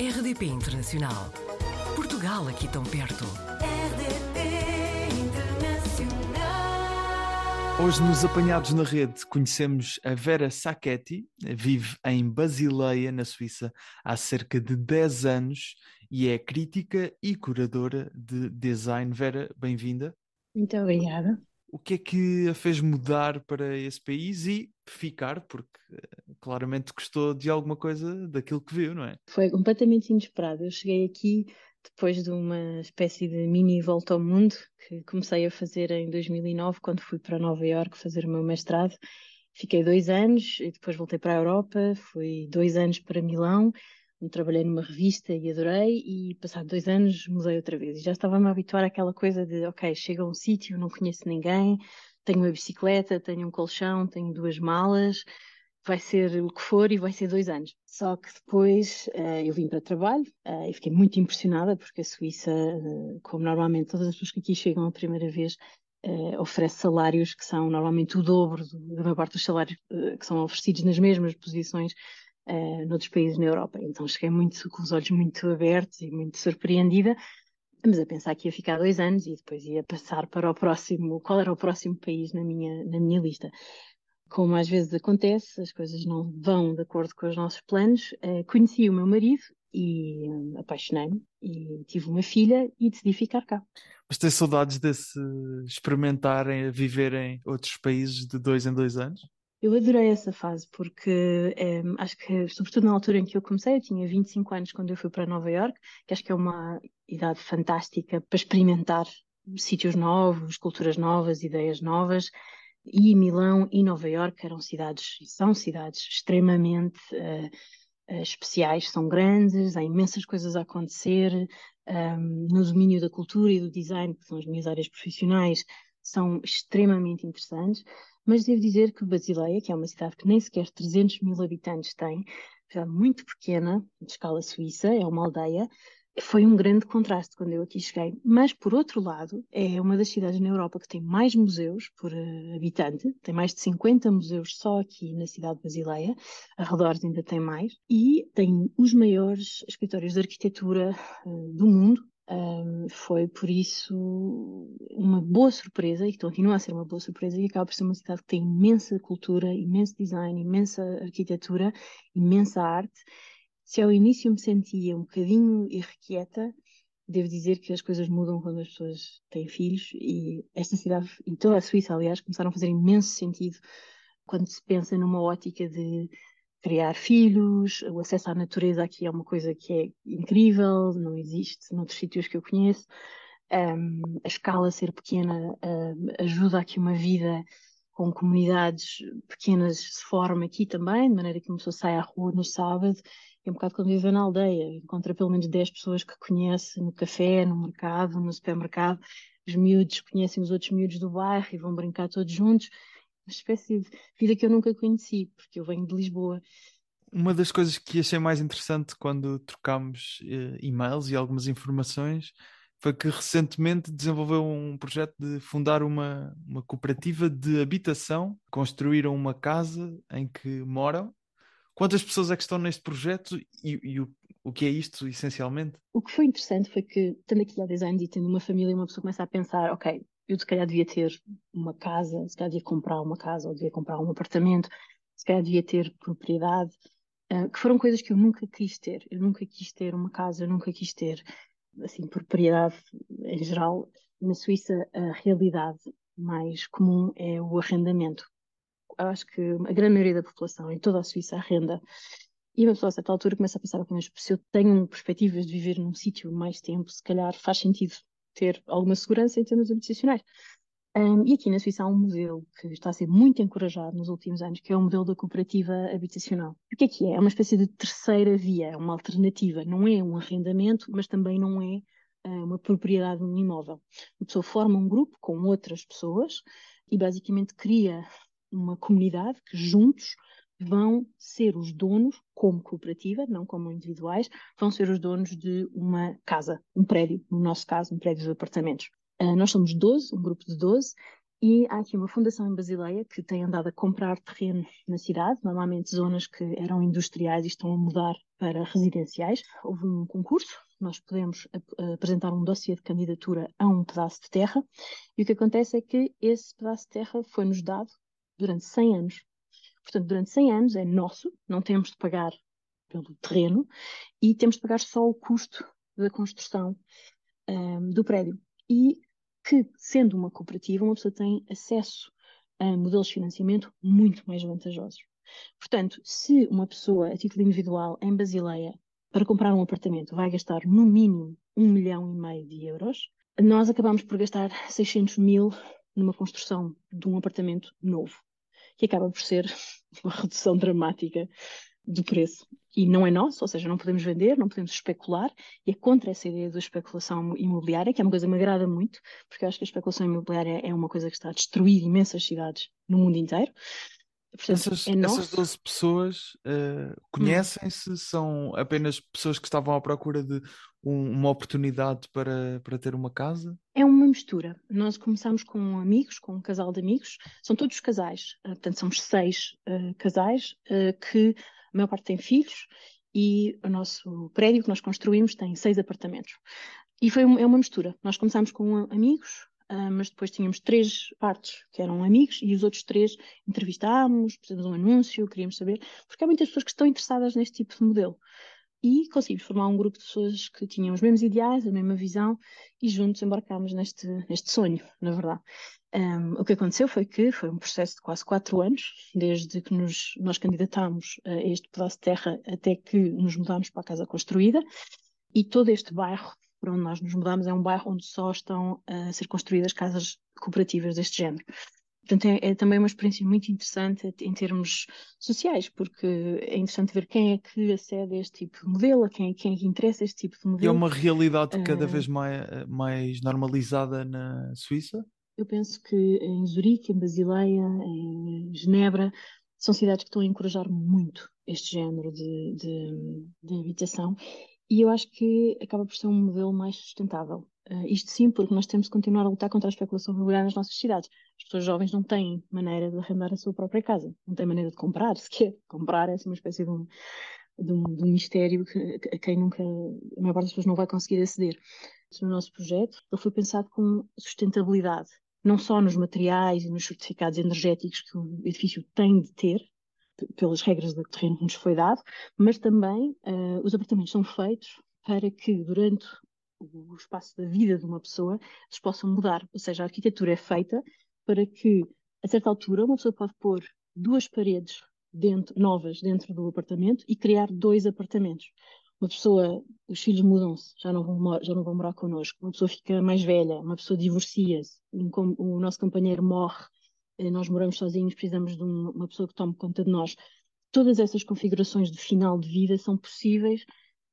RDP Internacional. Portugal aqui tão perto. RDP Internacional. Hoje nos Apanhados na Rede conhecemos a Vera Sacchetti, vive em Basileia, na Suíça, há cerca de 10 anos e é crítica e curadora de design. Vera, bem-vinda. Muito obrigada. O que é que a fez mudar para esse país e ficar? Porque claramente gostou de alguma coisa daquilo que viu, não é? Foi completamente inesperado. Eu cheguei aqui depois de uma espécie de mini volta ao mundo que comecei a fazer em 2009, quando fui para Nova Iorque fazer o meu mestrado. Fiquei 2 anos e depois voltei para a Europa. Fui 2 anos para Milão, onde trabalhei numa revista e adorei. E passado 2 anos mudei outra vez. E já estava-me a habituar àquela coisa de, ok, chego a um sítio, não conheço ninguém, tenho uma bicicleta, tenho um colchão, tenho 2 malas. Vai ser o que for e vai ser 2 anos. Só que depois eu vim para trabalho e fiquei muito impressionada porque a Suíça, como normalmente todas as pessoas que aqui chegam a primeira vez, oferece salários que são normalmente o dobro da maior parte dos salários que são oferecidos nas mesmas posições noutros países na Europa. Então cheguei muito com os olhos muito abertos e muito surpreendida, mas a pensar que ia ficar 2 anos e depois ia passar para o próximo, qual era o próximo país na minha lista. Como às vezes acontece, as coisas não vão de acordo com os nossos planos. Conheci o meu marido e apaixonei-me e tive uma filha e decidi ficar cá. Mas tens saudades desse experimentarem, viver em outros países de 2 em 2 anos? Eu adorei essa fase porque acho que, sobretudo na altura em que eu comecei, eu tinha 25 anos quando eu fui para Nova Iorque, que acho que é uma idade fantástica para experimentar sítios novos, culturas novas, ideias novas. E Milão e Nova Iorque eram cidades, e são cidades extremamente especiais, são grandes, há imensas coisas a acontecer, no domínio da cultura e do design, que são as minhas áreas profissionais, são extremamente interessantes, mas devo dizer que Basileia, que é uma cidade que nem sequer 300 mil habitantes tem, é muito pequena, de escala suíça, é uma aldeia. Foi um grande contraste quando eu aqui cheguei. Mas, por outro lado, é uma das cidades na Europa que tem mais museus por habitante. Tem mais de 50 museus só aqui na cidade de Basileia. Arredores ainda tem mais. E tem os maiores escritórios de arquitetura do mundo. Foi, por isso, uma boa surpresa, e continua a ser uma boa surpresa, e acaba por ser uma cidade que tem imensa cultura, imenso design, imensa arquitetura, imensa arte. Se ao início me sentia um bocadinho irrequieta, devo dizer que as coisas mudam quando as pessoas têm filhos e esta cidade e toda a Suíça, aliás, começaram a fazer imenso sentido quando se pensa numa ótica de criar filhos. O acesso à natureza aqui é uma coisa que é incrível, não existe noutros sítios que eu conheço. A escala ser pequena ajuda a que uma vida com comunidades pequenas se forme aqui também, de maneira que uma pessoa sai à rua no sábado, é um bocado como viver na aldeia, encontra pelo menos 10 pessoas que conhece no café, no mercado, no supermercado, os miúdos conhecem os outros miúdos do bairro e vão brincar todos juntos, uma espécie de vida que eu nunca conheci, porque eu venho de Lisboa. Uma das coisas que achei mais interessante quando trocámos e-mails e algumas informações foi que recentemente desenvolveu um projeto de fundar uma cooperativa de habitação, construíram uma casa em que moram. Quantas pessoas é que estão neste projeto e o que é isto, essencialmente? O que foi interessante foi que, estando aqui há 10 anos e tendo uma família, uma pessoa começa a pensar, ok, eu se calhar devia ter uma casa, se calhar devia comprar uma casa ou devia comprar um apartamento, se calhar devia ter propriedade, que foram coisas que eu nunca quis ter. Eu nunca quis ter uma casa, eu nunca quis ter, assim, propriedade em geral. Na Suíça, a realidade mais comum é o arrendamento. Eu acho que a grande maioria da população em toda a Suíça arrenda. E uma pessoa a certa altura começa a pensar, ok, mas se eu tenho perspectivas de viver num sítio mais tempo, se calhar faz sentido ter alguma segurança em termos habitacionais. E aqui na Suíça há um modelo que está a ser muito encorajado nos últimos anos, que é o modelo da cooperativa habitacional. O que é? É uma espécie de terceira via, é uma alternativa. Não é um arrendamento, mas também não é uma propriedade de um imóvel. A pessoa forma um grupo com outras pessoas e basicamente cria uma comunidade que juntos vão ser os donos, como cooperativa, não como individuais, vão ser os donos de uma casa, um prédio, no nosso caso, um prédio de apartamentos. Nós somos 12, um grupo de 12, E há aqui uma fundação em Basileia que tem andado a comprar terreno na cidade, normalmente zonas que eram industriais e estão a mudar para residenciais. Houve um concurso, nós podemos apresentar um dossiê de candidatura a um pedaço de terra, e o que acontece é que esse pedaço de terra foi-nos dado durante 100 anos. Portanto, durante 100 anos é nosso, não temos de pagar pelo terreno e temos de pagar só o custo da construção do prédio. E que, sendo uma cooperativa, uma pessoa tem acesso a modelos de financiamento muito mais vantajosos. Portanto, se uma pessoa, a título individual, em Basileia, para comprar um apartamento, vai gastar no mínimo 1,5 milhão de euros, nós acabamos por gastar 600 mil numa construção de um apartamento novo, que acaba por ser uma redução dramática do preço. E não é nosso, ou seja, não podemos vender, não podemos especular, e é contra essa ideia da especulação imobiliária, que é uma coisa que me agrada muito, porque eu acho que a especulação imobiliária é uma coisa que está a destruir imensas cidades no mundo inteiro. Portanto, Essas, é essas nosso. 12 pessoas conhecem-se? São apenas pessoas que estavam à procura de uma oportunidade para ter uma casa? É uma mistura. Nós começamos com amigos, com um casal de amigos, são todos casais, portanto somos 6 casais que a maior parte tem filhos e o nosso prédio que nós construímos tem 6 apartamentos. E é uma mistura. Nós começámos com amigos, mas depois tínhamos 3 partes que eram amigos e os outros 3 entrevistámos, fizemos um anúncio, queríamos saber, porque há muitas pessoas que estão interessadas neste tipo de modelo. E conseguimos formar um grupo de pessoas que tinham os mesmos ideais, a mesma visão, e juntos embarcámos neste sonho, na verdade. O que aconteceu foi que foi um processo de quase 4 anos, desde que nós candidatámos a este pedaço de terra até que nos mudámos para a casa construída, e todo este bairro para onde nós nos mudámos é um bairro onde só estão a ser construídas casas cooperativas deste género. Portanto, é também uma experiência muito interessante em termos sociais, porque é interessante ver quem é que acede a este tipo de modelo, a quem é que interessa este tipo de E é modelo. uma realidade cada Uh, vez mais normalizada na Suíça? eu penso que em Zurique, em Basileia, em Genebra, são cidades que estão a encorajar muito este género de habitação. E eu acho que acaba por ser um modelo mais sustentável. Isto sim, porque nós temos que continuar a lutar contra a especulação imobiliária nas nossas cidades. As pessoas jovens não têm maneira de arrendar a sua própria casa, não têm maneira de comprar sequer. Comprar é assim, uma espécie de um mistério a quem nunca, a maior parte das pessoas não vai conseguir aceder. No nosso projeto, ele foi pensado com sustentabilidade, não só nos materiais e nos certificados energéticos que o edifício tem de ter, pelas regras do terreno que nos foi dado, mas também os apartamentos são feitos para que durante o espaço da vida de uma pessoa eles possam mudar, ou seja, a arquitetura é feita para que a certa altura uma pessoa pode pôr 2 paredes novas dentro do apartamento e criar 2 apartamentos. Uma pessoa, os filhos mudam-se, já não vão morar connosco. Uma pessoa fica mais velha, uma pessoa divorcia-se, o nosso companheiro morre, nós moramos sozinhos, precisamos de uma pessoa que tome conta de nós. Todas essas configurações de final de vida são possíveis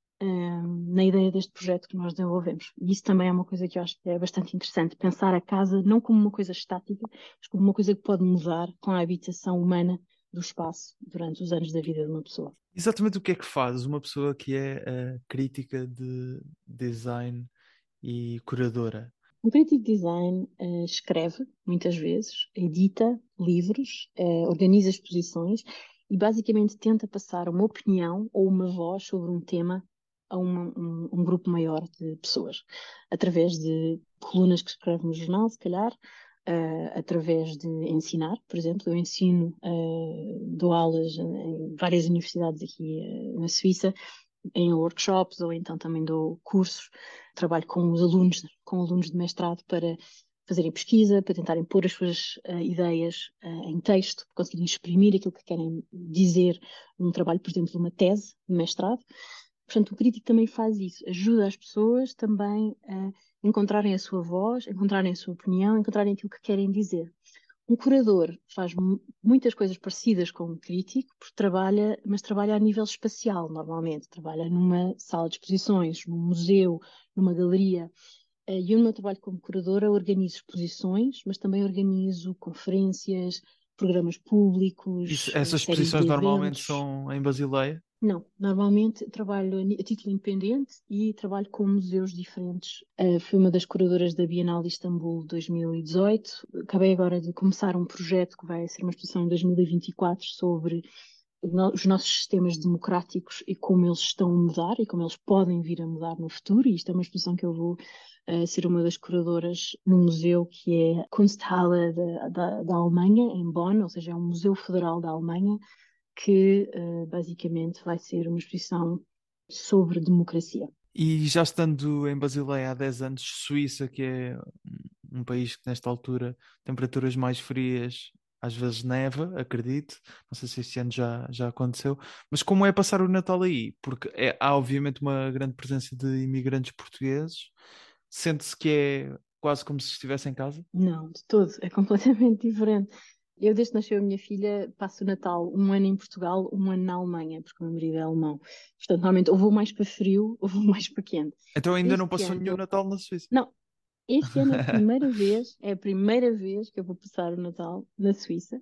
na ideia deste projeto que nós desenvolvemos. E isso também é uma coisa que eu acho que é bastante interessante, pensar a casa não como uma coisa estática, mas como uma coisa que pode mudar com a habitação humana do espaço durante os anos da vida de uma pessoa. Exatamente o que é que faz uma pessoa que é crítica de design e curadora? O crítico de design escreve, muitas vezes, edita livros, organiza exposições e basicamente tenta passar uma opinião ou uma voz sobre um tema a um grupo maior de pessoas, através de colunas que escreve no jornal, se calhar, através de ensinar, por exemplo, eu ensino, dou aulas em várias universidades aqui na Suíça, em workshops ou então também dou cursos, trabalho com alunos de mestrado para fazerem pesquisa, para tentarem pôr as suas ideias em texto, conseguirem exprimir aquilo que querem dizer num trabalho, por exemplo, de uma tese de mestrado. Portanto, o crítico também faz isso, ajuda as pessoas também a encontrarem a sua voz, encontrarem a sua opinião, encontrarem aquilo que querem dizer. Um curador faz muitas coisas parecidas com um crítico, porque mas trabalha a nível espacial, normalmente. Trabalha numa sala de exposições, num museu, numa galeria. E o meu trabalho como curadora organizo exposições, mas também organizo conferências, programas públicos, Essas séries de exposições normalmente eventos. são em Basileia? Não, normalmente trabalho a título independente e trabalho com museus diferentes. Fui uma das curadoras da Bienal de Istambul 2018. Acabei agora de começar um projeto que vai ser uma exposição em 2024 sobre os nossos sistemas democráticos e como eles estão a mudar e como eles podem vir a mudar no futuro. E isto é uma exposição que eu vou ser uma das curadoras no museu que é Kunsthalle da Alemanha, em Bonn, ou seja, é um museu federal da Alemanha que basicamente vai ser uma exposição sobre democracia. E já estando em Basileia há 10 anos, Suíça, que é um país que nesta altura temperaturas mais frias, às vezes neva, acredito. Não sei se este ano já aconteceu. Mas como é passar o Natal aí? Porque há obviamente uma grande presença de imigrantes portugueses. Sente-se que é quase como se estivesse em casa? Não, de todo, é completamente diferente. Eu, desde que nasceu a minha filha, passo o Natal um ano em Portugal, um ano na Alemanha, porque o meu marido é alemão. Portanto, normalmente ou vou mais para frio ou vou mais para quente. Então ainda não Este passou ano, nenhum Natal na Suíça. não, este ano é a primeira vez que eu vou passar o Natal na Suíça.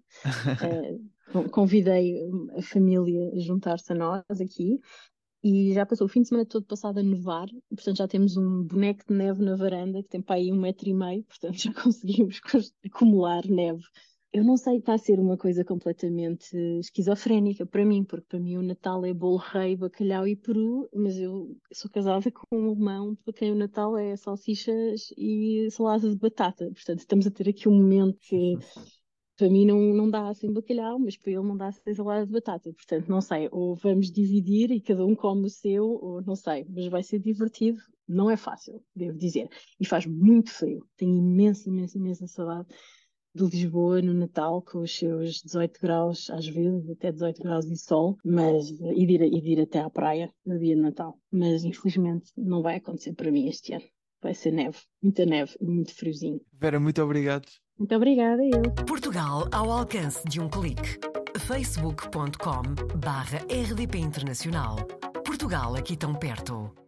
Convidei a família a juntar-se a nós aqui. E já passou o fim de semana todo passado a nevar, e, portanto já temos um boneco de neve na varanda que tem para aí 1,5 m, portanto já conseguimos acumular neve. Eu não sei, está a ser uma coisa completamente esquizofrénica para mim, porque para mim o Natal é bolo rei, bacalhau e peru, mas eu sou casada com um alemão para quem o Natal é salsichas e salada de batata. Portanto, estamos a ter aqui um momento que para mim não dá sem bacalhau, mas para ele não dá sem salada de batata. Portanto, não sei, ou vamos dividir e cada um come o seu, ou não sei, mas vai ser divertido. Não é fácil, devo dizer. E faz muito frio. Tenho imensa, imensa, imensa saudade de Lisboa no Natal, com os seus 18 graus, às vezes, até 18 graus e sol, mas, e de ir até à praia no dia de Natal. Mas, infelizmente, não vai acontecer para mim este ano. Vai ser neve, muita neve e muito friozinho. Vera, muito obrigado. Muito obrigada, eu. Portugal ao alcance de um clique. facebook.com/rdp internacional. Portugal aqui tão perto.